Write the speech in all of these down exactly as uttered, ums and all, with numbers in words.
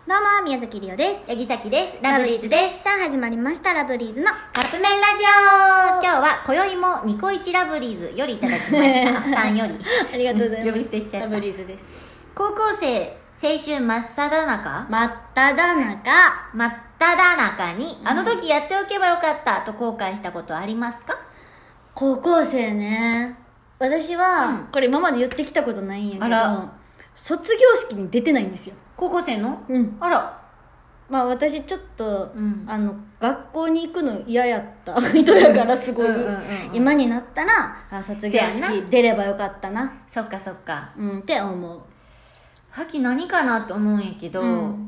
どうも、宮崎りおです。 八木崎です。ラブリーズです。 さあ、始まりました、ラブリーズのカップ麺ラジオ。今日は、今宵もニコイチラブリーズよりいただきました。さんより。 ありがとうございます。 呼び捨てしちゃった。 ラブリーズです。 高校生、青春真っ只中真っ只中真っ只中に、あの時やっておけばよかったと後悔したことありますか？ 高校生ね。私は、うん、これ今まで言ってきたことないんやけど、卒業式に出てないんですよ。 高校生の？ うん。 あら。 まあ私ちょっと、うん、あの、学校に行くの嫌やった人やからすごい、今になったら、あ、卒業式出ればよかったな。 そっかそっか。 うん、って思う。 はき何かなって思うんやけど、うん、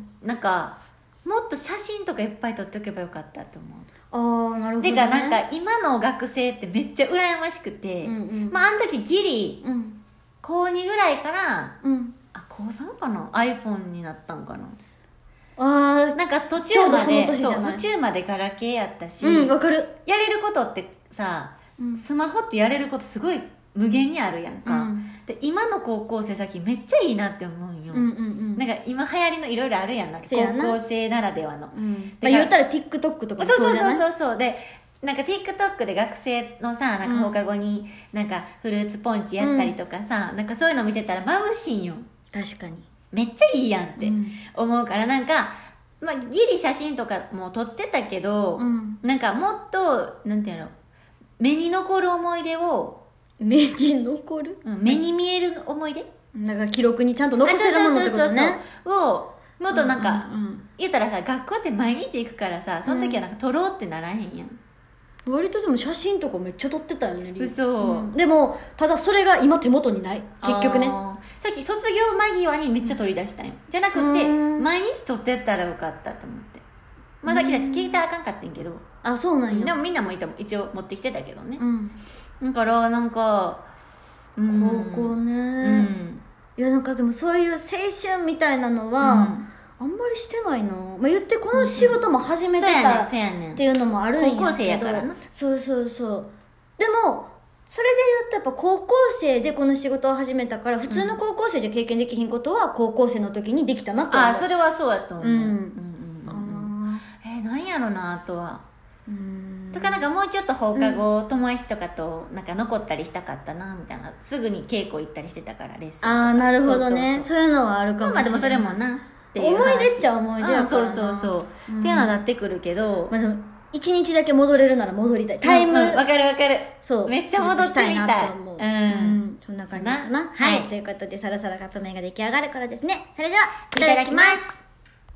なんか、もっと写真とかいっぱい撮っておけばよかったと思う。 ああ、なるほど、ね。 てかなんか今の学生ってめっちゃ羨ましくて、うんうん、まああの時ギリ、うん、こうにぐらいから、うん、あ、こうさんかな iPhone になったんかな。 ああ、 なんか途中まで、そう、途中までガラケーやったし、 うん、わかる。 やれることってさ、うん、スマホってやれることすごい無限にあるやんか。うん、で、今の高校生先めっちゃいいなって思うんよ。うんうんうん、なんか今流行りのいろいろあるやん。なんか高校生ならではの。うん、 まあ言ったら TikTok とかそうそうそうそうそう。で、なんか TikTok で学生のさ、なんか放課後になんかフルーツポンチやったりとかさ、うん、なんかそういうの見てたら眩しいんよ。 確かに。 めっちゃいいやんって思うから、なんか、まあ、ギリ写真とかも撮ってたけど、うん、なんかもっと、なんていうの、目に残る思い出を、 目に残る、 うん、目に見える思い出、 なんか記録にちゃんと残せるものってことね。そうそうそうそう。を、もっとなんか、うんうんうん、言ったらさ、学校って毎日行くからさ、その時はなんか撮ろうってならへんやん。 割とでも写真とかめっちゃ撮ってたよね。 嘘、 うん、でもただそれが今手元にない、結局ね。 さっき卒業間際にめっちゃ撮り出したんよ。じゃなくて毎日撮ってったらよかったと思って。まだきらち聞いたらあかんかったんけど。 あ、そうなんや。 でもみんなも一応持ってきてたけどね、うん、だからなんか、 うん、高校ね、うん、いやなんかでもそういう青春みたいなのは、うん、あんまりしてないな。まあ、言ってこの仕事も始めてたっていうのもあるんやけど、 高校生やからな。 そうそうそう。でもそれで言うとやっぱ高校生でこの仕事を始めたから、普通の高校生じゃ経験できひんことは高校生の時にできたなと思う。 ああ、それはそうやと思う。うん、うんうん、えー、なんやろな。あとはうんとか、なんかもうちょっと放課後、うん、友達とかとなんか残ったりしたかったなみたいな。すぐに稽古行ったりしてたから、レッスンとか。ああ、なるほどね。そうそうそう、そういうのはあるかもしれない。 まあでもそれもなっていう思い出っちゃ思い出やからな。 そうそうそう、うん、っていうのはなってくるけど、 まあでも一日だけ戻れるなら戻りたい。タイム、わ、 うんうん、かるわかる。 そう。 めっちゃ戻ってみたい。 なと思う。うん。うん、そんな感じかな。 な、 はい。ということで、そろそろカップ麺が出来上がるからですね。それでは、いただきます。